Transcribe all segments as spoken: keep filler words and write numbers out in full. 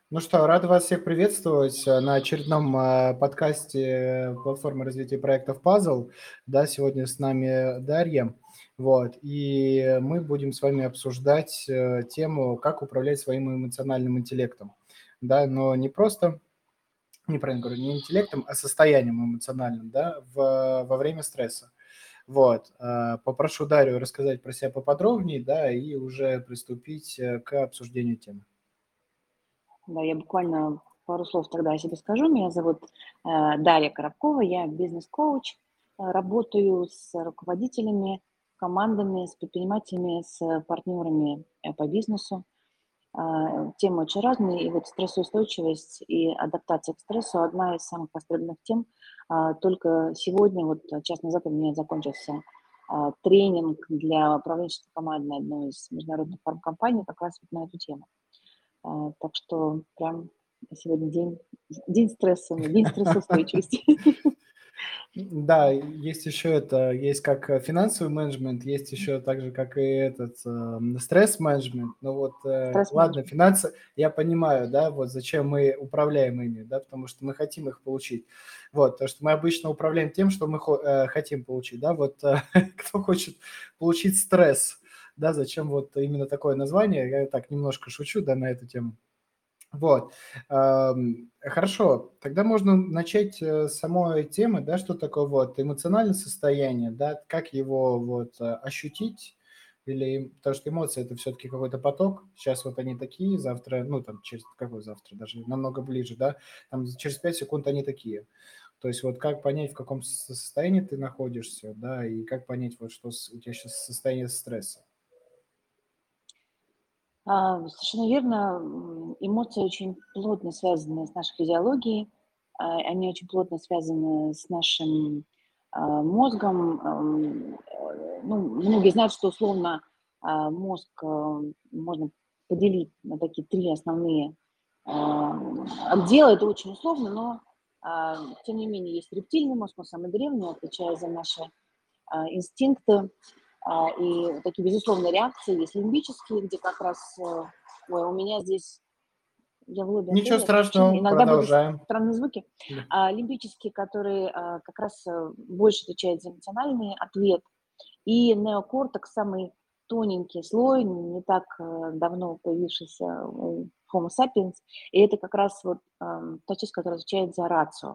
Ну что, рад вас всех приветствовать э, на очередном э, подкасте платформы развития проектов Puzzle. Да, сегодня с нами Дарья. Вот, и мы будем с вами обсуждать э, тему, как управлять своим эмоциональным интеллектом. Да, но не просто, неправильно говорю, не интеллектом, а состоянием эмоциональным, да, в, во время стресса. Вот, э, попрошу Дарью рассказать про себя поподробнее, да, и уже приступить э, к обсуждению темы. Да, я буквально пару слов тогда о себе скажу. Меня зовут э, Дарья Коробкова, я бизнес-коуч, э, работаю с руководителями, командами, с предпринимателями, с партнерами э, по бизнесу. Э, Темы очень разные, и вот стрессоустойчивость и адаптация к стрессу – одна из самых востребованных тем. А, Только сегодня, вот э, час назад у меня закончился а, тренинг для управленческой команды одной из международных фармкомпаний как раз вот на эту тему. А, так что прям сегодня день день стресса, у меня день стрессоустойчивости. Да, есть еще это, есть как э, финансовый менеджмент, есть еще так же, как и этот эм, стресс-менеджмент. Ну вот, э, ладно, Стресс-менеджмент. финансы, я понимаю, да, вот зачем мы управляем ими, да, потому что мы хотим их получить. Вот, потому что мы обычно управляем тем, что мы хо- э, хотим получить, да, вот э, кто хочет получить стресс, да, зачем вот именно такое название, я так немножко шучу, да, на эту тему. Вот, ам, хорошо, тогда можно начать, э, с самой темы, да, что такое вот эмоциональное состояние, да, как его вот, э, ощутить или потому что эмоции- это все таки какой-то поток. Сейчас вот они такие, завтра, ну, там, через какой завтра, даже намного ближе, да, там через пять секунд они такие. То есть вот как понять, в каком со состоянии ты находишься, да, и как понять, вот что с у тебя сейчас состояние стресса? А, совершенно верно. М, эмоции очень плотно связаны с нашей физиологией. А, они очень плотно связаны с нашим, а, мозгом. Ам, э, ну, многие знают, что условно, а, мозг, а, можно поделить на такие три основные, ам, отдела. Это очень условно, но, а, тем не менее есть рептильный мозг, он самый древний, отвечает за наши, а, инстинкты. А, и вот такие безусловные реакции есть лимбические, где как раз, э, ой, у меня здесь, я в лобби Ничего отеля, это очень, страшного, иногда будут продолжаем. странные звуки. Да. А, лимбические, которые а, как раз э, больше отвечают за эмоциональный ответ, и неокортекс, самый тоненький слой, не так э, давно появившийся у Homo sapiens, и это как раз вот ам, та часть, которая отвечает за рацио.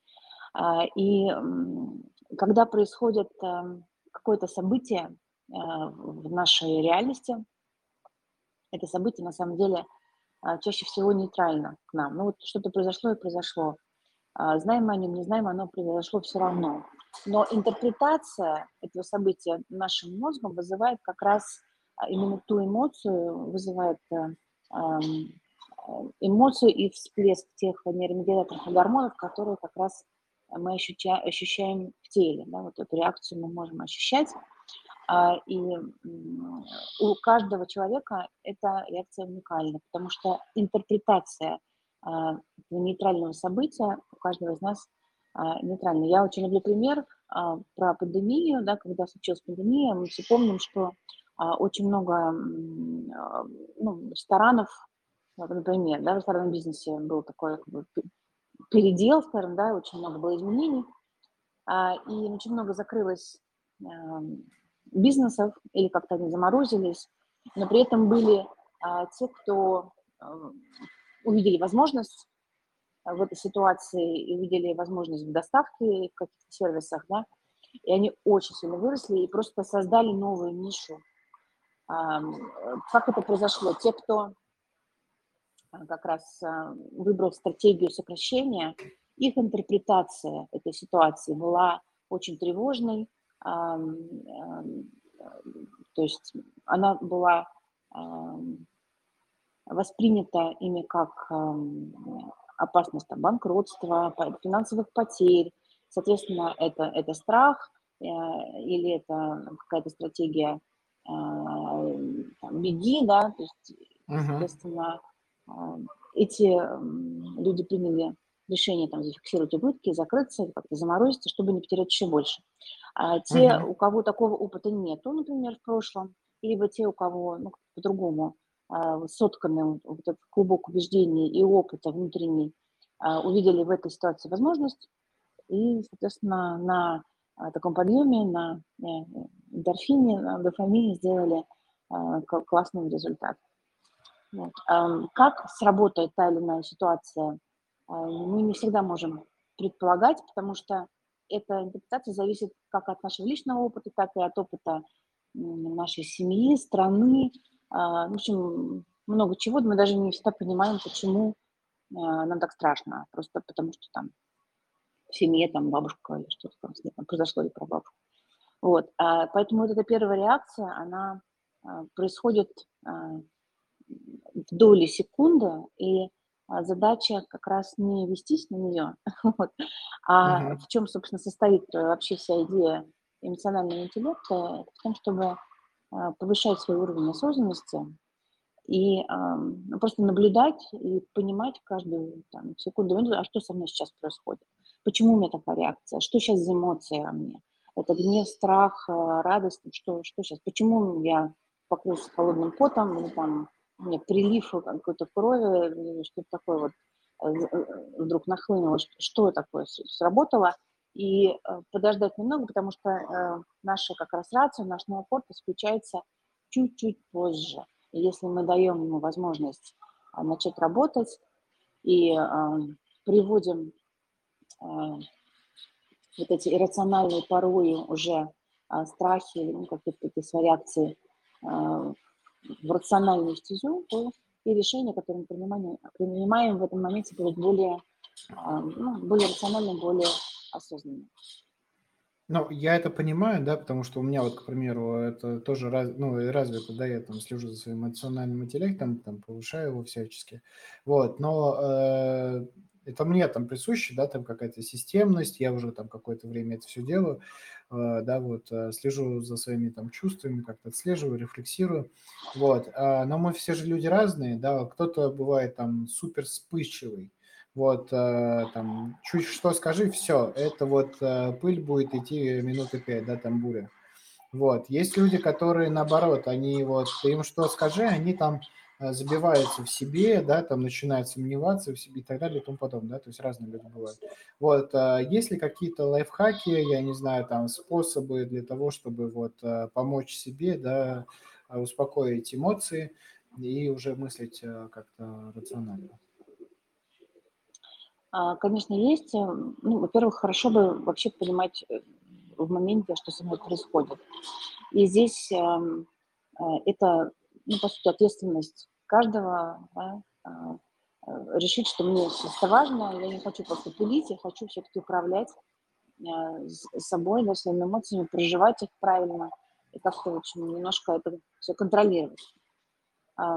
А, и, м, когда происходит, ам, какое-то событие, а, в нашей реальности, это событие на самом деле, а, чаще всего нейтрально к нам. Ну, вот что-то произошло и произошло. А, знаем мы о нем, не знаем, оно произошло все равно. Но интерпретация этого события нашим мозгом вызывает как раз, а, именно ту эмоцию, вызывает, э, ам, э, эмоцию и всплеск тех нейромедиаторов и гормонов, которые как раз мы ощутя ощущаем в теле. Да, вот эту реакцию мы можем ощущать. А, и, м, у каждого человека эта реакция уникальна, потому что интерпретация, а, этого нейтрального события у каждого из нас, а, нейтральна. Я очень люблю пример, а, про пандемию, да, когда случилась пандемия. Мы все помним, что, а, очень много, м, а, ну, ресторанов, вот, например, да, в ресторанном бизнесе был такой как бы пе передел, скажем, да, очень много было изменений. А, и очень много закрылось, ам, бизнесов или как-то они заморозились, но при этом были, а, те, кто, ам, увидели возможность, а, в этой ситуации и увидели возможность в доставке, в каких-то сервисах, да, и они очень сильно выросли и просто создали новую нишу. Ам, э, как это произошло? Те, кто, а, как раз, а, выбрал стратегию сокращения, их интерпретация этой ситуации была очень тревожной. Ам, ам, ам, то есть она была, ам, воспринята ими как, ам, опасность там банкротства, па финансовых потерь. Соответственно, это это страх, э, или это какая-то стратегия, а, там "беги", да, то есть, Мгм. соответственно, а, эти, м, люди приняли решение там зафиксировать убытки, закрыться или как-то заморозиться, чтобы не потерять еще больше. А те, Мгм. у кого такого опыта нету, например, в прошлом, либо те, у кого, ну, как-то по-другому а, сотканным вот этот клубок убеждений и опыта внутренний, а, увидели в этой ситуации возможность и, соответственно, на а, таком подъеме, на э, эндорфине, на дофамине сделали а, к- классный результат. Вот. Ам, Как сработает та или иная ситуация, а, мы не всегда можем предполагать, потому что эта интерпретация зависит как от нашего личного опыта, так и от опыта м, нашей семьи, страны. А, В общем, много чего. Мы даже не всегда понимаем, почему а, нам так страшно. Просто потому что там в семье там бабушка или что-то там с ней там произошло, или прабабушка. Вот. а, Поэтому вот эта первая реакция, она а, происходит а, в доли секунды, и а, задача как раз не вестись на нее, вот, а Мгм. в чем, собственно, состоит э, вообще вся идея эмоционального интеллекта, это в том, чтобы а, повышать свой уровень осознанности и ам, ну, просто наблюдать и понимать каждую там, секунду, минуту, а что со мной сейчас происходит, почему у меня такая реакция, что сейчас за эмоция во мне, это гнев, страх, а, радость, что, что сейчас, почему я покрылась холодным потом, или там у меня прилив какой-то крови, или что-то такое вот э, э, вдруг нахлынуло, что, что такое с- сработало, и э, подождать немного, потому что э, наша как раз рация, наш неокортекс включается чуть-чуть позже. И если мы даем ему возможность а, начать работать и а, приводим а, вот эти иррациональные порой уже а, страхи, ну, какие-то такие свои реакции а, в рациональную стезю, то и решения, которые мы принимаем, принимаем в этом моменте, будут более, а, ну, более рациональны, более осознанны. Ну, я это понимаю, да, потому что у меня вот, к примеру, это тоже раз, ну, и развито, да, я там слежу за своим эмоциональным интеллектом, там, повышаю его всячески, вот, но э, это мне там присуще, да, там какая-то системность, я уже там какое-то время это все делаю, э, да, вот, э, слежу за своими там чувствами, как-то отслеживаю, рефлексирую, вот, а, но мы все же люди разные, да, кто-то бывает там супер вспыльчивый, вот, э, там, чуть что скажи, все, это вот э, пыль будет идти минуты пять, да, там буря. Вот. Есть люди, которые наоборот, они вот, ты им что скажи, они там э, забиваются в себе, да, там начинают сомневаться в себе и так далее и тому подобное, да, то есть разные люди бывают. Вот, э, есть ли какие-то лайфхаки, я не знаю, там, способы для того, чтобы вот э, помочь себе, да, э, успокоить эмоции и уже мыслить э, как-то рационально? А, Конечно, есть. э, Ну, во-первых, хорошо бы вообще понимать э, в моменте, что со мной происходит. И здесь эм, э, это, ну, по сути, ответственность каждого, да, а, э, решить, что мне сейчас это важно, я не хочу просто пилить, я хочу все-таки управлять э, с- собой, да, своими эмоциями, проживать их правильно и как-то, в общем, немножко это все контролировать. А,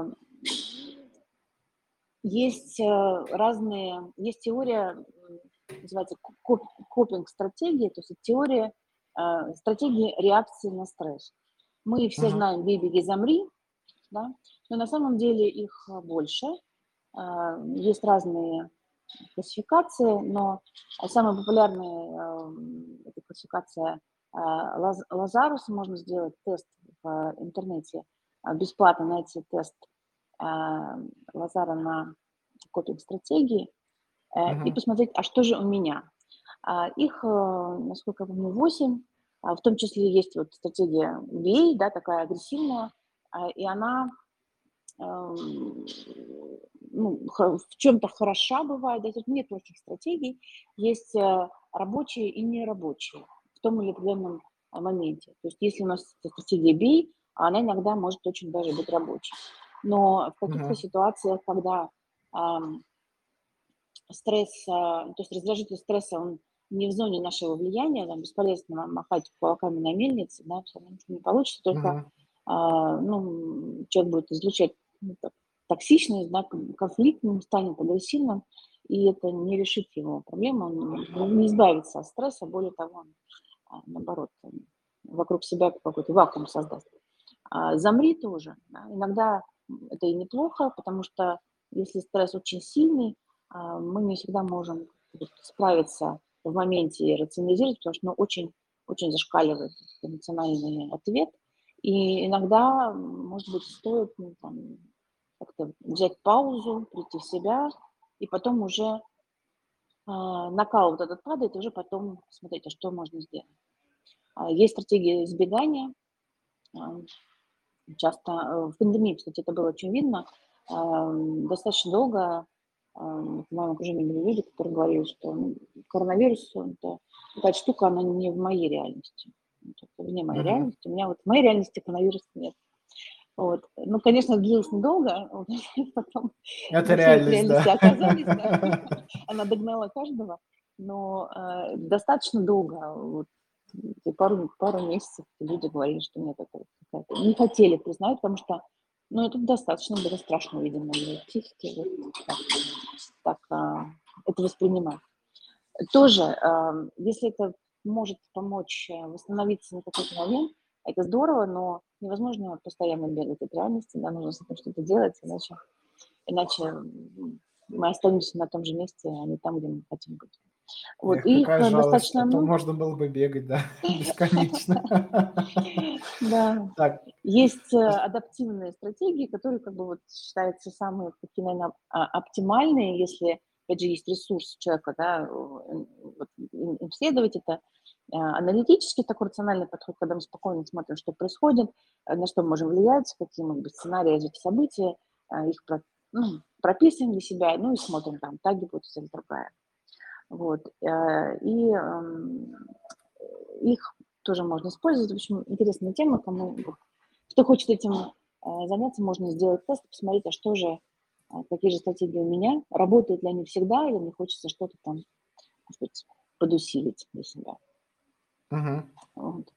Есть э, разные, есть теория, м, называется копинг-стратегия, то есть это теория э, стратегии реакции на стресс. Мы все Мгм. знаем «бей, беги, замри», да, но на самом деле их э, больше. А, Есть разные классификации, но самая популярная э, это классификация э, Лаз- Лазаруса. Можно сделать тест в интернете, а, бесплатно найти тест э, Лазара на копинг-стратегии э, и Мгм. посмотреть, а что же у меня. А, Их, э, насколько я помню, восемь. А, В том числе есть вот стратегия бей, да, такая агрессивная, а, и она эм, ну, х- в чем-то хороша бывает. Да, тут нет плохих стратегий, есть э, рабочие и нерабочие в том или определенном а, моменте. То есть если у нас стратегия бей, она иногда может очень даже быть рабочей. Но в каких-то Мгм. ситуациях, когда ам, стресс, а, то есть раздражитель стресса, он не в зоне нашего влияния, там бесполезно ма- махать кулаками на мельнице, да, все равно ничего не получится, только Мгм. а, ну, человек будет излучать ну, так- токсичность, да, кон- конфликтным, станет агрессивным, и это не решит его проблему, он не избавится от стресса, более того, он, а, наоборот, он вокруг себя какой-то вакуум создаст. А, замри тоже. Да. Иногда это и неплохо, потому что если стресс очень сильный, а, мы не всегда можем вот справиться в моменте и рационализировать, потому что ну, очень, очень зашкаливает эмоциональный ответ. И иногда, м, может быть, стоит ну, там, как-то взять паузу, прийти в себя, и потом уже а, накал вот этот падает, и уже потом смотреть, а что можно сделать. А, Есть стратегия избегания. а, Часто э, в пандемии, кстати, это было очень видно. Ам, Достаточно долго ам, в моем окружении были люди, которые говорили, что ну, коронавирус– это какая-то штука, она не в моей реальности. Вот это вне моей Мгм. реальности. У меня вот в моей реальности коронавируса нет. Вот. Ну, конечно, длилось недолго, вот, потом Это мы все в реальность, реальности да. оказались, да, она догнала каждого, но э, достаточно долго, вот, и пару, пару месяцев люди говорили, что нет, это вот какая-то, не хотели признать, потому что, ну, это достаточно было страшно, видимо, для их психики, вот, так, так а, это воспринимать. Тоже, ам, если это может помочь э, восстановиться на какой-то момент, это здорово, но невозможно постоянно бегать от реальности, да, нужно с этим что-то делать, иначе, иначе м, мы останемся на том же месте, а не там, где мы хотим быть. Вот, Эх, и их какая э, жалость, а достаточно то много. можно было бы бегать, да, бесконечно. Да. Так, Есть э, адаптивные стратегии, которые как бы вот считаются самые такие, наверное, оптимальные, если, опять же, есть ресурс у человека, да, э, вот, им- им исследовать это. Э, Аналитический такой рациональный подход, когда мы спокойно смотрим, что происходит, э, на что мы можем влиять, какие могут быть сценарии развития событий, э, их про- ну, прописываем для себя, ну и смотрим там, та гипотеза или другая. Вот. э, И эм, их тоже можно использовать. В общем, интересная тема, кому вот, кто хочет этим э, заняться, можно сделать тест, посмотреть, а что же, а, какие же стратегии у меня, работают ли они всегда, или мне хочется что-то там, может быть, подусилить для себя. мгм. Вот.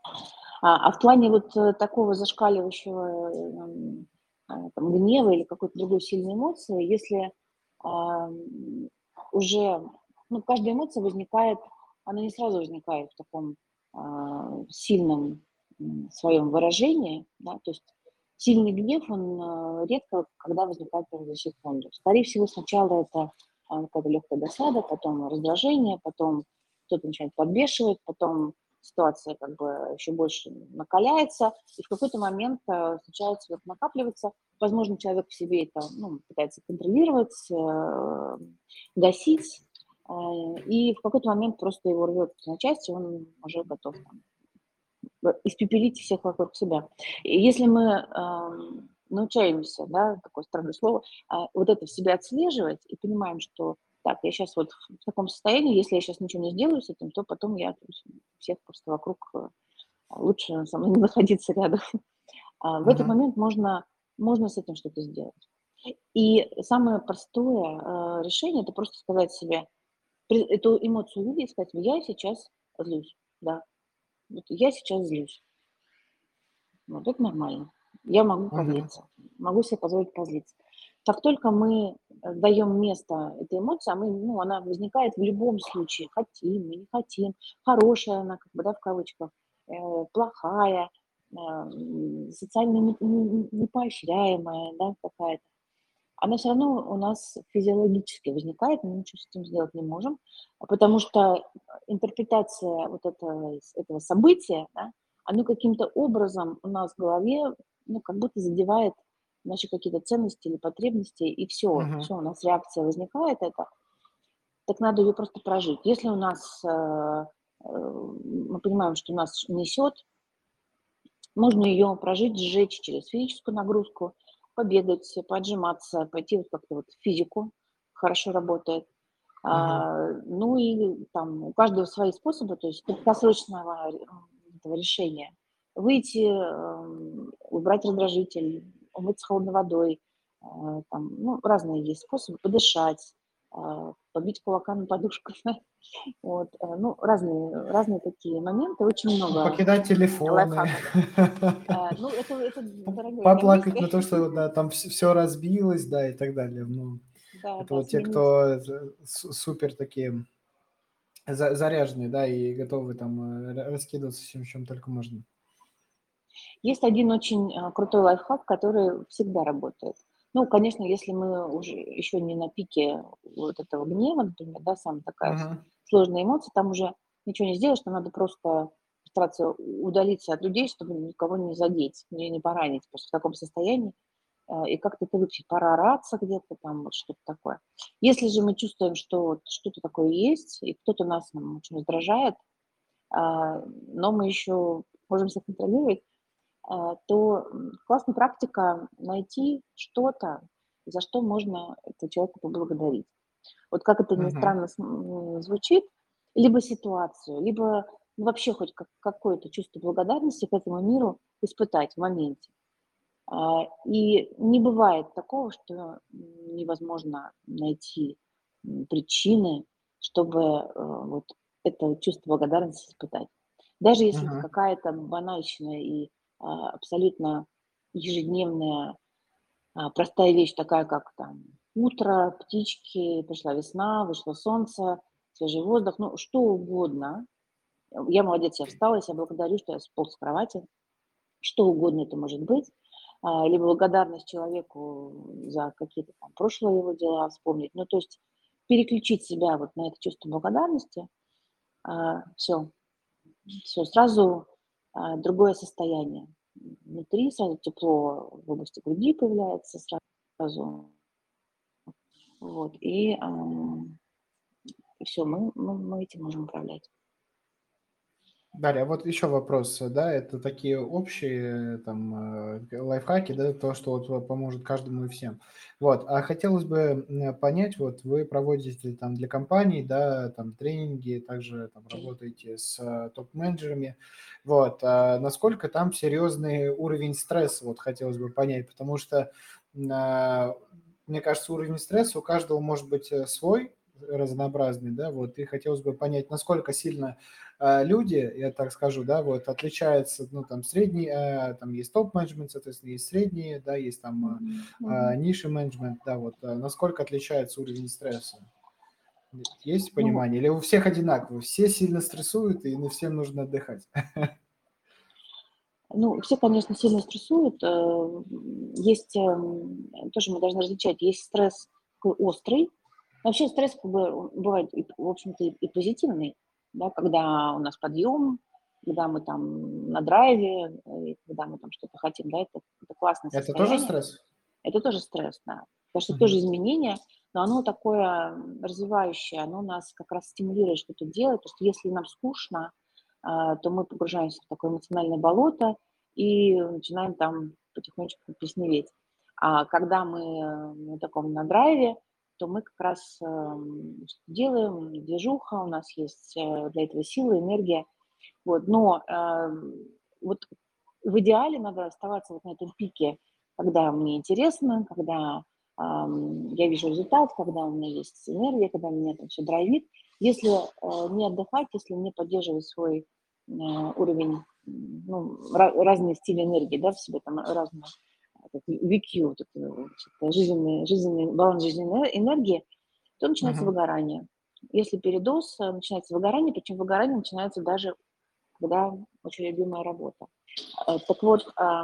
А, а в плане вот э, такого зашкаливающего э, м, а, там, гнева или какой-то другой сильной эмоции, если а, м, уже, ну, каждая эмоция возникает, она не сразу возникает в таком а, сильном м, своем выражении, да, то есть сильный гнев, он а, редко, когда возникает прямо за секунду. Скорее всего, сначала это а, какая-то легкая досада, потом раздражение, потом кто-то начинает подбешивать, потом ситуация как бы еще больше накаляется, и в какой-то момент э, случается вот накапливаться. Возможно, человек в себе это ну, пытается контролировать, э, гасить, э, и в какой-то момент просто его рвет на части, он уже готов там, э, испепелить всех вокруг себя. И если мы эм, научаемся, да, такое странное слово, а, вот это в себе отслеживать и понимаем, что так, я сейчас вот в таком состоянии, если я сейчас ничего не сделаю с этим, то потом я то есть, всех просто вокруг э, лучше со мной не находиться рядом. А в этот Мгм. момент можно, можно с этим что-то сделать. И самое простое э, решение– это просто сказать себе, при- эту эмоцию увидеть, сказать, я сейчас злюсь, да, вот я сейчас злюсь. Вот это нормально. Я могу Мгм. позлиться, могу себе позволить позлиться. Как только мы э, даем место этой эмоции, а мы, ну, она возникает в любом случае, хотим мы не хотим, хорошая она, как бы, да, в кавычках, э, плохая, э, м, социально не- не- непоощряемая, да, какая-то. Она все равно у нас физиологически возникает, мы ничего с этим сделать не можем, а потому что интерпретация вот этого, этого события, да, оно каким-то образом у нас в голове, ну, как будто задевает наши какие-то ценности или потребности, и все, Мгм. все, у нас реакция возникает, это, так надо ее просто прожить. Если у нас, э, э, мы понимаем, что нас несет, можно ее прожить, сжечь через физическую нагрузку, побегать, поотжиматься, пойти вот как-то вот в физику, хорошо работает. Мгм. А, ну и там у каждого свои способы, то есть краткосрочного ре- этого решения. Выйти, эм, убрать раздражитель, умыться холодной водой, э, там, ну, разные есть способы, подышать, а, побить кулаками подушку. Вот, э, ну, разные, разные такие моменты, очень много Покидать телефоны, лайфхаков. Э, ну, это это дорогое поплакать удовольствие. на то, что да, там все разбилось, да, и так далее. Ну, Да, это да, вот те, сменить. кто это су супер такие за заряженные, да, и готовы там, э, ра раскидываться всем, чем только можно. Есть один очень, а, крутой лайфхак, который всегда работает. Ну, конечно, если мы уже еще не на пике вот этого гнева, например, да, самая такая с Мгм. сложная эмоция, там уже ничего не сделаешь, там надо просто стараться у удалиться от людей, чтобы никого не задеть, не не поранить. Просто в таком состоянии э, и как-то это выключить, проораться где-то там, вот что-то такое. Если же мы чувствуем, что вот что-то такое есть, и кто-то нас нам очень раздражает, а, но мы еще можем себя контролировать, а, то м, классная практика найти что-то, за что можно этого человека поблагодарить. Вот как это ни Мгм. странно см м, звучит, либо ситуацию, либо ну, вообще хоть как какое-то чувство благодарности к этому миру испытать в моменте. А, и не бывает такого, что м, невозможно найти м, причины, чтобы э, вот это чувство благодарности испытать. Даже если это Мгм. какая-то банальщина и а, абсолютно ежедневная а, простая вещь, такая как там утро, птички, пришла весна, вышло солнце, свежий воздух, ну что угодно. Я молодец, я встала, я себя благодарю, что я сполз с кровати. Что угодно это может быть. А, либо благодарность человеку за какие-то там прошлые его дела вспомнить. Ну, то есть переключить себя вот на это чувство благодарности, все, все, сразу а, другое состояние. Внутри сразу тепло в области груди появляется, сразу вот, и, ам, и всё, мы мы мы этим можем управлять. Дарья, а вот еще вопрос, э, да, это такие общие, э, там, э, лайфхаки, да, то, что вот, вот поможет каждому и всем. Вот, а хотелось бы м, понять, вот вы проводите там для компаний, да, там тренинги, также там работаете с э, топ-менеджерами, вот, а насколько там серьезный уровень стресса, вот хотелось бы понять, потому что, м, а, мне кажется, уровень стресса у каждого может быть э, свой, разнообразный, да, вот, и хотелось бы понять, насколько сильно а, люди, я так скажу, да, вот отличаются, ну, там средний, а, там есть топ-менеджмент, соответственно, есть средние, да, есть там Мгм, а, мгм. а, ниши менеджмент, да, вот а, насколько отличается уровень стресса? Есть Ну понимание? Или у всех одинаково? Все сильно стрессуют, и на всем нужно отдыхать? ну, все, конечно, сильно стрессуют. Э, м, есть, эм, тоже мы должны различать, есть стресс такой острый. Вообще стресс как бы он бывает и, в общем-то, и и позитивный, да, когда у нас подъем, когда мы там на драйве, э, и когда мы там что-то хотим, да, это это классное Это тоже состояние. стресс? Это тоже стресс, да. Потому что это тоже Мгм. изменение, но оно такое м, развивающее, оно нас как раз стимулирует что-то делать. Потому что если нам скучно, а, то мы погружаемся в такое эмоциональное болото и начинаем там потихонечку плесневеть. А когда мы э, на таком на драйве, то мы как раз эм, что делаем, движуха, у нас есть э, для этого сила, энергия. Вот, но эм, вот в идеале надо оставаться вот на этом пике, когда мне интересно, когда ам, я вижу результат, когда у меня есть энергия, когда меня там все драйвит. Если э, не отдыхать, если не поддерживать свой э, уровень, м, ну, ра- разные стили энергии, да, в себе, там разные этот ви кью, вот это, значит, жизненный, жизненный баланс жизненной энергии, то начинается Мгм. выгорание. Если передоз, э, начинается выгорание, причем выгорание начинается даже, когда очень любимая работа. Э, Так вот, ам,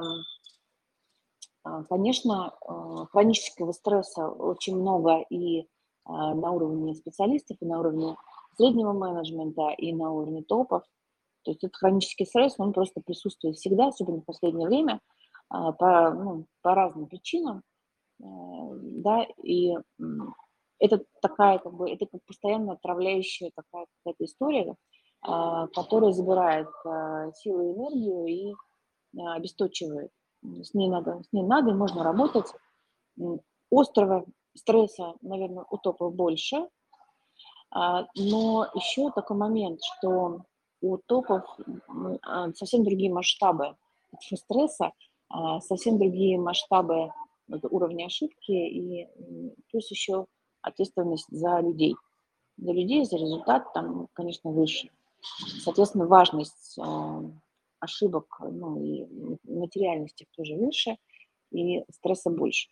а, конечно, а, хронического стресса очень много и а, на уровне специалистов, и на уровне среднего менеджмента, и на уровне топов. То есть этот хронический стресс, он просто присутствует всегда, особенно в последнее время, а, по, ну, по разным причинам, э, да, и м, это такая, как бы, это как постоянно отравляющая такая какая-то история, а, которая забирает а, силу и энергию и а, обесточивает. М, С ней надо, с ней надо, и можно работать. М, Острого стресса, наверное, у топов больше, а, но еще такой момент, что у топов м, а, совсем другие масштабы этого стресса, а, совсем другие масштабы вот уровня ошибки и м, плюс еще ответственность за людей. За людей, за результат там, конечно, выше. Соответственно, важность а, ошибок, ну и м- материальности тоже выше, и стресса больше.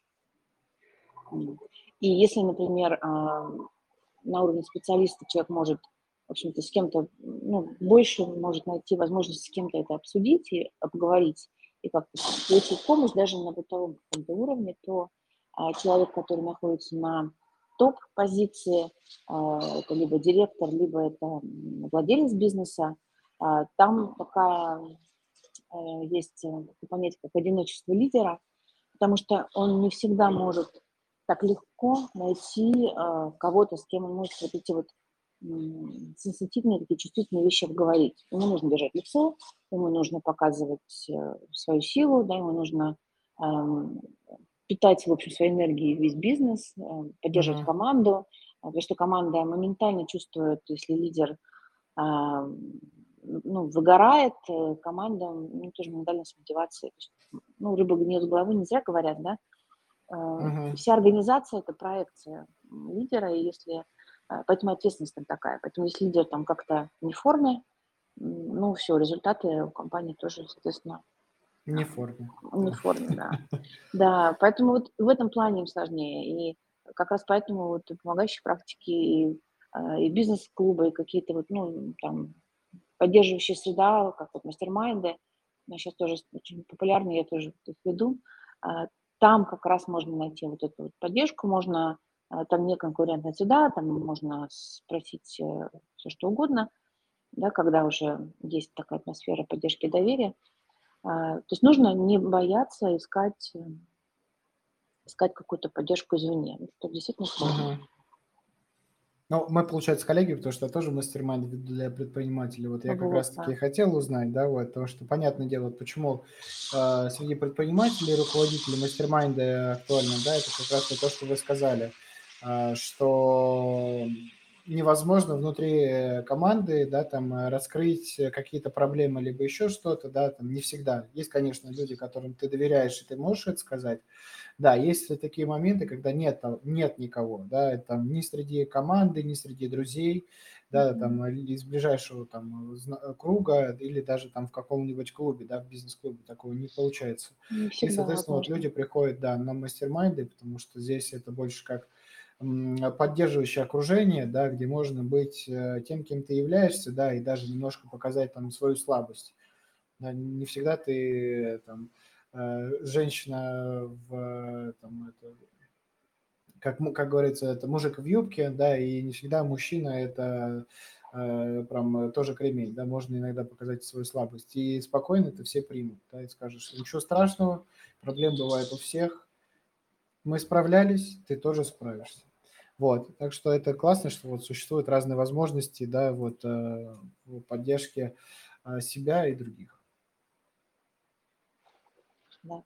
М. И если, например, а, на уровне специалиста человек может, в общем-то, с кем-то, ну, больше может найти возможность с кем-то это обсудить и обговорить, и как-то получить помощь даже на бытовом каком-то уровне, то а, человек, который находится на топ-позиции, а, это либо директор, либо это м, владелец бизнеса, а, там такая э, есть э, такое понятие, как одиночество лидера, потому что он не всегда может так легко найти э, кого-то, с кем он может вот эти вот м, сенситивные, такие чувствительные вещи обговорить. Ему нужно держать лицо, ему нужно показывать э, свою силу, да, ему нужно эм, питать, в общем, своей энергией весь бизнес, э, поддерживать Мгм. команду, э, потому что команда моментально чувствует, если лидер а, ну, выгорает, э, команда, ну, тоже моментально с мотивацией. То есть, ну, рыба гниет с головы, не зря говорят, да. Э, Мгм. Вся организация – это проекция м, лидера, и если, э, поэтому ответственность там такая. Поэтому если лидер там как-то не в форме, м, ну, все, результаты у компании тоже, соответственно, Не в а, форме. не в Да. форме, да. Да, поэтому вот в этом плане им сложнее. И как раз поэтому вот и помогающие практики, и, а, и бизнес-клубы, и какие-то вот, ну, там, поддерживающая среда, как вот мастер-майнды, сейчас тоже очень популярны, я тоже их веду. А, Там как раз можно найти вот эту вот поддержку, можно, а, там не конкурентная среда, там можно спросить все, что угодно, да, когда уже есть такая атмосфера поддержки и доверия. А, То есть нужно не бояться искать, э, искать какую-то поддержку извне. Это действительно сложно. Мгм. Ну, мы, получается, коллеги, потому что я тоже мастер-майнд для предпринимателей. Вот я как Вот, раз-таки и да. хотел узнать, да, вот, потому что, понятное дело, вот почему э, среди предпринимателей, руководителей мастер-майнда актуально, да, это как раз вот то, что вы сказали, а, что невозможно внутри э, команды, да, там э, раскрыть э, какие-то проблемы, либо еще что-то, да, там не всегда. Есть, конечно, люди, которым ты доверяешь, и ты можешь это сказать, да, есть ли такие моменты, когда нет, там, нет никого, да, там ни среди команды, ни среди друзей, да, Мгм. там, или из ближайшего там зна- круга или даже там в каком-нибудь клубе, да, в бизнес-клубе такого не получается. Не И, всегда соответственно, вот возможно. люди приходят, да, на мастер-майнды, потому что здесь это больше как м, поддерживающее окружение, да, где можно быть э, тем, кем ты являешься, да, и даже немножко показать там свою слабость. Да, не всегда ты там э, женщина в там, это, как, му- как говорится, это мужик в юбке, да, и не всегда мужчина это э, прям тоже кремень, да, можно иногда показать свою слабость. И спокойно это все примут, да, и скажешь, ничего страшного, проблем бывает у всех, мы справлялись, ты тоже справишься. Вот, так что это классно, что вот существуют разные возможности, да, вот э, в поддержке э, себя и других. Да.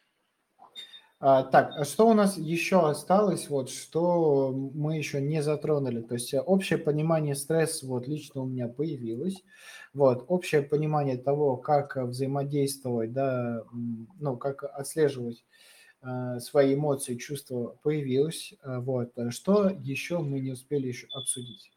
А, так, а что у нас еще осталось, вот, что мы еще не затронули? То есть э, общее понимание стресса вот лично у меня появилось, вот, общее понимание того, как э, взаимодействовать, да, м, ну, как отслеживать э, свои эмоции, чувства появилось, э, вот. э, Что еще мы не успели еще обсудить?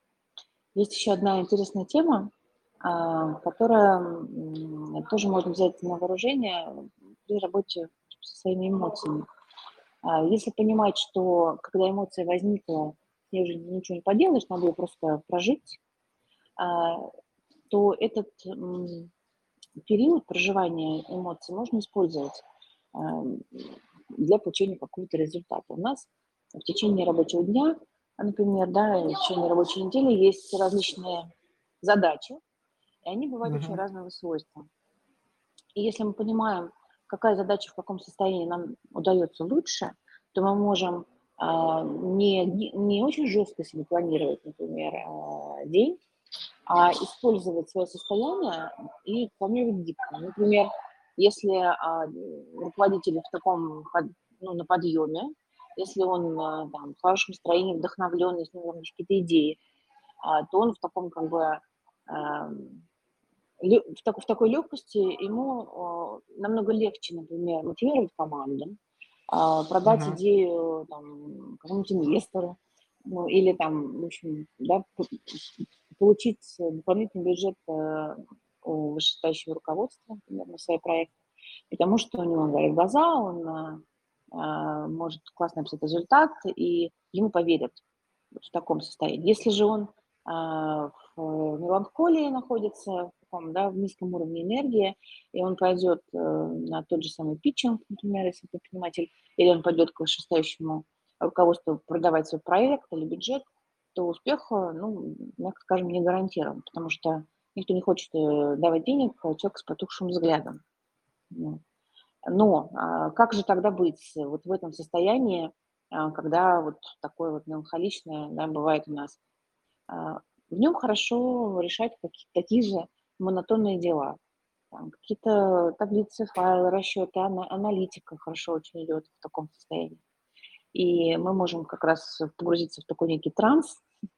Есть еще одна интересная тема, а, которая м, тоже можно взять на вооружение при работе со своими эмоциями. А, Если понимать, что когда эмоция возникла, с ней уже ничего не поделаешь, надо ее просто прожить, а, то этот м, период проживания эмоций можно использовать а, для получения какого-то результата. У нас в течение рабочего дня, а, например, да, в течение рабочей недели есть различные задачи, и они бывают очень Мгм. разного свойства. И если мы понимаем, какая задача в каком состоянии нам удается лучше, то мы можем а, не, ги- не очень жестко себе планировать, например, а, день, а использовать свое состояние и планировать гибко. Например, если а, руководитель в таком, под- ну, на подъеме, если он а, там, в хорошем настроении, вдохновлен, если у него есть какие-то идеи, а, то он в таком как бы ам, лё в так в такой легкости ему, а, намного легче, например, мотивировать команду, а, продать Мгм. идею там какому-нибудь инвестору, ну, или там, в общем, да, п получить дополнительный бюджет, э, у вышестоящего руководства, например, на свои проекты. Потому что у него горят глаза, он, а, а, может классно описать результат, и ему поверят вот в таком состоянии. Если же он а, в меланхолии находится, в таком, да, в низком уровне энергии, и он пойдет э, на тот же самый питчинг, например, если предприниматель, или он пойдет к вышестоящему руководству продавать свой проект или бюджет, то успех, э, ну, мягко скажем, не гарантирован, потому что никто не хочет э, давать денег человеку с потухшим взглядом. Ну, Но а, как же тогда быть вот в этом состоянии, а, когда вот такое вот меланхоличное, да, бывает у нас? А, В нем хорошо решать какие такие же монотонные дела. Там какие-то таблицы, файлы, расчеты, ана аналитика хорошо очень идет в таком состоянии. И мы можем как раз погрузиться в такой некий транс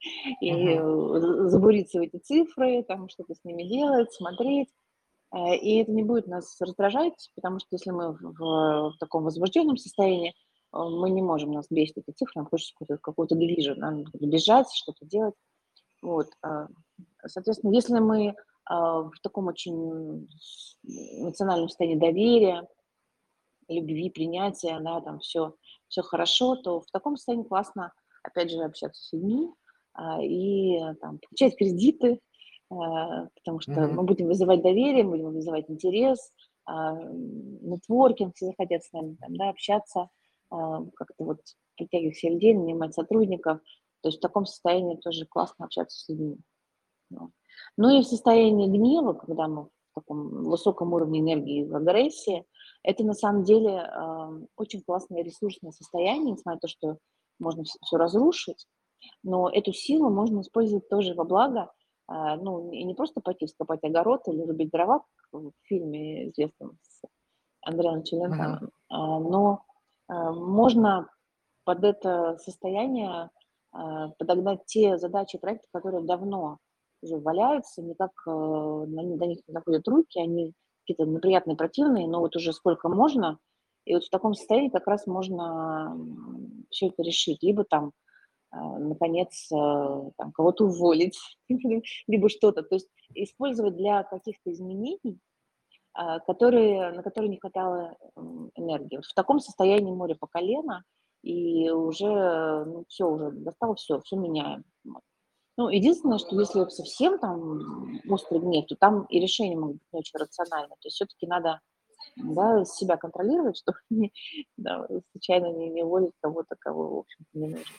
и, Мгм. э, забуриться в эти цифры, там что-то с ними делать, смотреть. Э, и это не будет нас раздражать, потому что если мы в в в таком возбужденном состоянии, э, мы не можем, нас бесит эти цифры, нам хочется какую-то какого-то движа, нам надо бежать, что-то делать. Вот, а, соответственно, если мы, а, в таком очень эмоциональном состоянии доверия, любви, принятия, да, там все все хорошо, то в таком состоянии классно, опять же, общаться с людьми, а, и, э, там, получать кредиты, а, потому что Мгм. мы будем вызывать доверие, будем вызывать интерес, а, м, нетворкинг, все захотят с нами там, да, общаться, а, как-то вот притягивать к себе людей, нанимать сотрудников. То есть в таком состоянии тоже классно общаться с людьми. Вот. Ну и в состоянии гнева, когда мы в таком высоком уровне энергии, в агрессии, это на самом деле ам, очень классное ресурсное состояние, несмотря на то, что можно все разрушить, но эту силу можно использовать тоже во благо, а, ну, и не просто пойти вскопать огород или рубить дрова, как в фильме известном с Андреем Мгм. Челентано, а, но а, можно под это состояние а, подогнать те задачи, проекты, которые давно уже валяются, никак э, на них- до них не доходят руки, они какие-то неприятные, противные, но вот уже сколько можно. И вот в таком состоянии как раз можно все это решить. Либо там, а, наконец, э, там, кого-то уволить, либо что-то. То есть использовать для каких-то изменений, а, которые, на которые не хватало м, энергии. Вот в таком состоянии море по колено, и уже, ну, все уже достало, все, все меняем. Вот. Ну, единственное, что если вот совсем там острый гнев, то там и решения могут быть не очень рациональны. То есть все-таки надо, да, себя контролировать, чтобы не, да, случайно не, не уволить кого-то, кого, в общем-то, не нужно.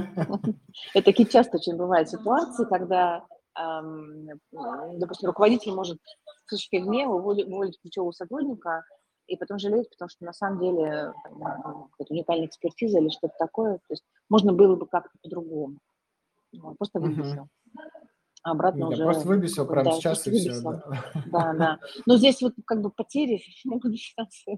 Это такие часто очень бывают ситуации, когда, ам, м, допустим, руководитель может в вспышке гнева уволи уволить ключевого сотрудника и потом жалеть, потому что на самом деле там, ну, какая-то уникальная экспертиза или что-то такое. То есть можно было бы как-то по-другому. Вот, просто Мгм. выбесил. А обратно Да, уже, просто ну, выбесил как бы, прямо да, сейчас просто и все, выбесил. да. Да, да. Но здесь вот как бы потери могут считаться,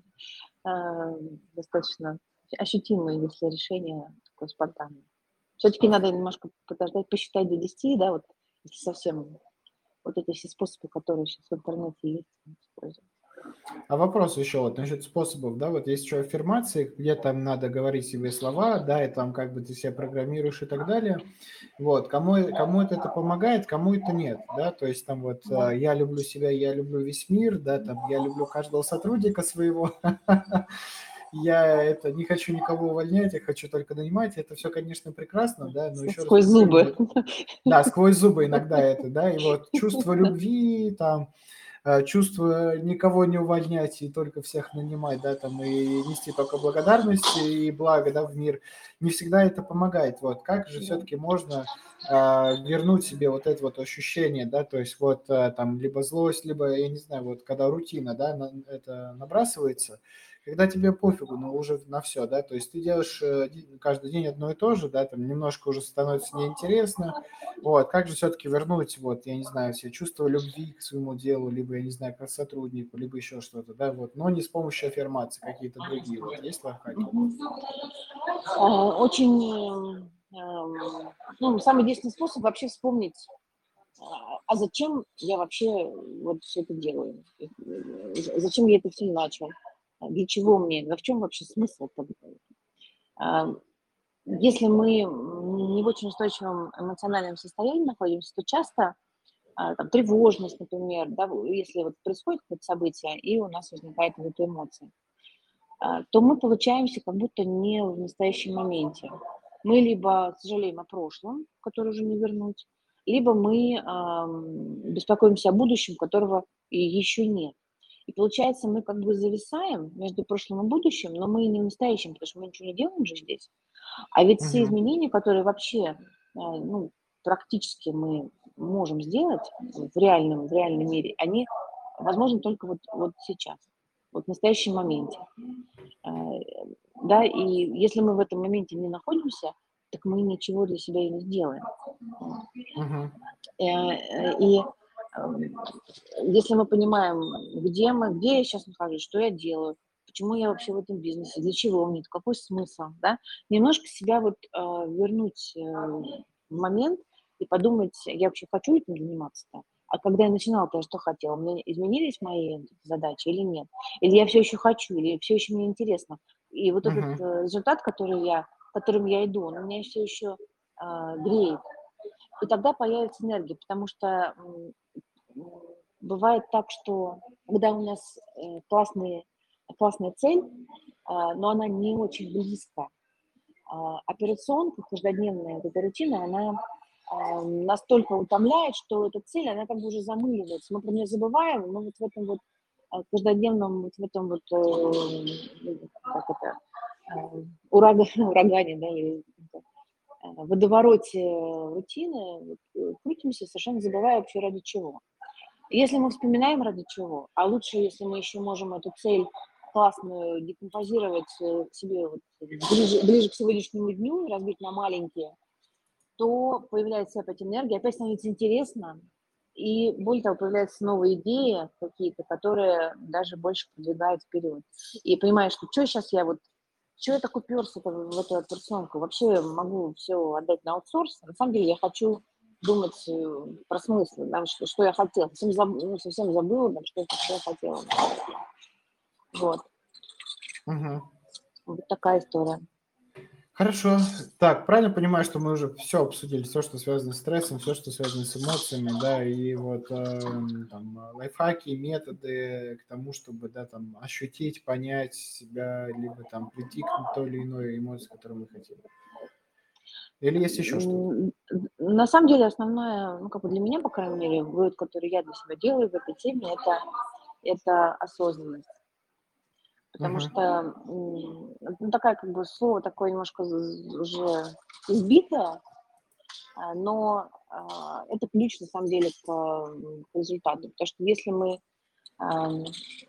а, достаточно ощутимые, если решение такое спонтанное. Все-таки надо немножко подождать, посчитать до десяти, да, вот если совсем вот эти все способы, которые сейчас в интернете есть, использовать. А вопрос еще вот насчет способов, да, вот есть еще аффирмации, где там надо говорить себе слова, да, и там как бы ты себя программируешь и так далее. Вот, кому, э- кому это, это помогает, кому это нет, да, то есть там вот Да. э, я люблю себя, я люблю весь мир, да, там я люблю каждого сотрудника своего, я это не хочу никого увольнять, я хочу только нанимать, это все, конечно, прекрасно, да, но С- еще раз Сквозь повторю, зубы. вот, да, сквозь зубы иногда это, да, и вот чувство любви, там, э, чувство никого не увольнять и только всех нанимать, да, там, и нести только благодарность и благо, да, в мир, не всегда это помогает. Вот как же Да. все-таки можно а, вернуть себе вот это вот ощущение, да, то есть вот а, там либо злость, либо, я не знаю, вот когда рутина, да, на- это набрасывается, когда тебе пофигу, ну, уже на все, да, то есть ты делаешь э, ди- каждый день одно и то же, да, там немножко уже становится неинтересно, вот, как же все-таки вернуть, вот, я не знаю, все чувство любви к своему делу, либо, я не знаю, к сотруднику, либо еще что-то, да, вот, но не с помощью аффирмаций, какие-то другие, вот, есть лайфхаки? Мгм. А, Очень, эм, эм, ну, самый действенный способ вообще вспомнить, а а зачем я вообще вот все это делаю? Э, з Зачем я это все начал? А Для чего мне? Да в чем вообще смысл тогда? А, Если мы, м, не в очень устойчивом эмоциональном состоянии находимся, то часто, а, там тревожность, например, да, в если вот происходит какое-то событие, и у нас возникает вот эта эмоция, а, то мы получаемся как будто не в настоящем моменте. Мы либо сожалеем о прошлом, которое уже не вернуть, либо мы ам, беспокоимся о будущем, которого и еще нет. И получается, мы как бы зависаем между прошлым и будущим, но мы не в настоящем, потому что мы ничего не делаем же здесь. А ведь все Мгм. изменения, которые вообще, а, ну, практически мы можем сделать в реальном, в реальном мире, они возможны только вот, вот сейчас. вот в настоящем моменте. Да, и если мы в этом моменте не находимся, так мы ничего для себя и не сделаем. Мгм. И если мы понимаем, где мы, где я сейчас нахожусь, что я делаю, почему я вообще в этом бизнесе, для чего мне, какой смысл, да, немножко себя вот вернуть в момент и подумать, я вообще хочу этим заниматься-то? А когда я начинала-то, я что хотела? Мне изменились мои задачи или нет? Или я все еще хочу, или все еще мне интересно? И вот этот Мгм. результат, который я, которым я иду, он меня все еще а, греет. И тогда появится энергия, потому что м, м, бывает так, что когда у нас э, классные, классная цель, а, но она не очень близко, а, операционка, каждодневная вот эта рутина, она а, настолько утомляет, что эта цель, она как бы уже замыливается. Мы про нее забываем, но вот в этом вот а, каждодневном, вот в этом вот, э, как это, э, ураган, урагане, да, или э, водовороте рутины вот, э, крутимся, совершенно забывая вообще ради чего. Если мы вспоминаем ради чего, а лучше, если мы еще можем эту цель классную декомпозировать э, себе вот ближе, ближе к сегодняшнему дню, разбить на маленькие, то появляется опять энергия, опять становится интересно, и более того, появляются новые идеи какие-то, которые даже больше продвигают вперед. И понимаешь, что что сейчас я вот, что я так уперся в эту операционку, вообще могу все отдать на аутсорс, на самом деле я хочу думать э, про смысл, да, что, что я хотела, совсем, заб, ну, совсем забыла, да, что, что я хотела. Вот. Мгм. Вот такая история. Хорошо. Так, правильно понимаю, что мы уже все обсудили, все, что связано с стрессом, все, что связано с эмоциями, да, и вот эм, там лайфхаки, методы к тому, чтобы, да, там ощутить, понять себя, либо там прийти к той или иной эмоции, которую мы хотим. Или есть еще что-то? М, На самом деле основное, ну, как бы для меня, по крайней мере, вывод, который я для себя делаю в этой теме, это, это осознанность. Потому Мгм. что м, ну, такая, как бы, слово такое немножко з- уже избитое, а, но а, это ключ, на самом деле, к, м, к результату. Потому что если мы, ам,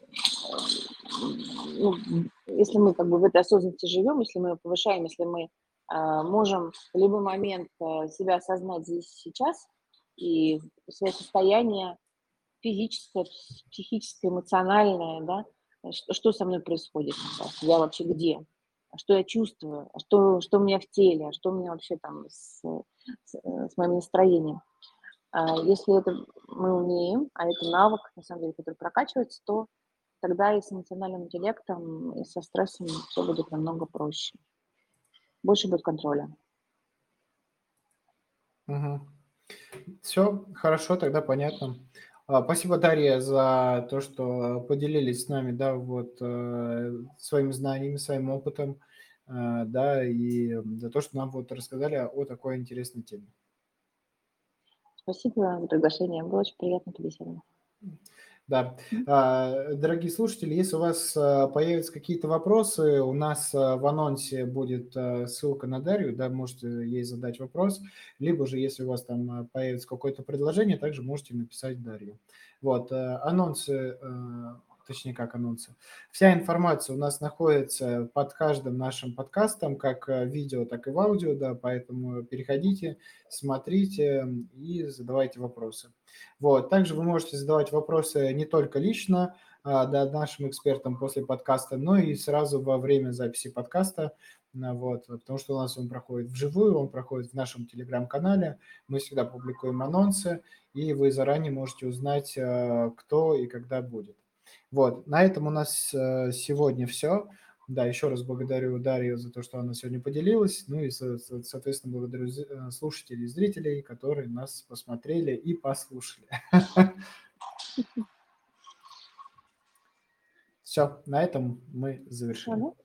ну, если мы как бы в этой осознанности живем, если мы повышаем, если мы а, можем в любой момент а, себя осознать здесь и сейчас, и свое состояние физическое, пс- психическое, эмоциональное, да, э, что, что со мной происходит сейчас, я вообще где, а что я чувствую, а что, что у меня в теле, а что у меня вообще там с, с, э, с моим настроением. А если это мы умеем, а это навык, на самом деле, который прокачивается, то тогда и с эмоциональным интеллектом, и со стрессом все будет намного проще. Больше будет контроля. Все, хорошо, тогда понятно. А, Спасибо, Дарья, за то, что поделились с нами, да, вот э, своими знаниями, своим опытом, э, да, и за то, что нам вот рассказали о такой интересной теме. Спасибо за приглашение. Было очень приятно побеседовать. Да. А, Дорогие слушатели, если у вас а, появятся какие-то вопросы, у нас а, в анонсе будет а, ссылка на Дарью, да, можете ей задать вопрос, либо же, если у вас там а, появится какое-то предложение, также можете написать Дарью. Вот, а, анонсы, а, точнее, как анонсы. Вся информация у нас находится под каждым нашим подкастом, как а, видео, так и в аудио, да, поэтому переходите, смотрите и задавайте вопросы. Вот. Также вы можете задавать вопросы не только лично а, да, нашим экспертам после подкаста, но и сразу во время записи подкаста. А, Вот, потому что у нас он проходит вживую, он проходит в нашем телеграм-канале. Мы всегда публикуем анонсы, и вы заранее можете узнать, а, кто и когда будет. Вот, на этом у нас э, сегодня все. Да, еще раз благодарю Дарью за то, что она сегодня поделилась. Ну и, со- со- соответственно, благодарю з- э, слушателей и зрителей, которые нас посмотрели и послушали. Все, на этом мы завершили. Всё, ну,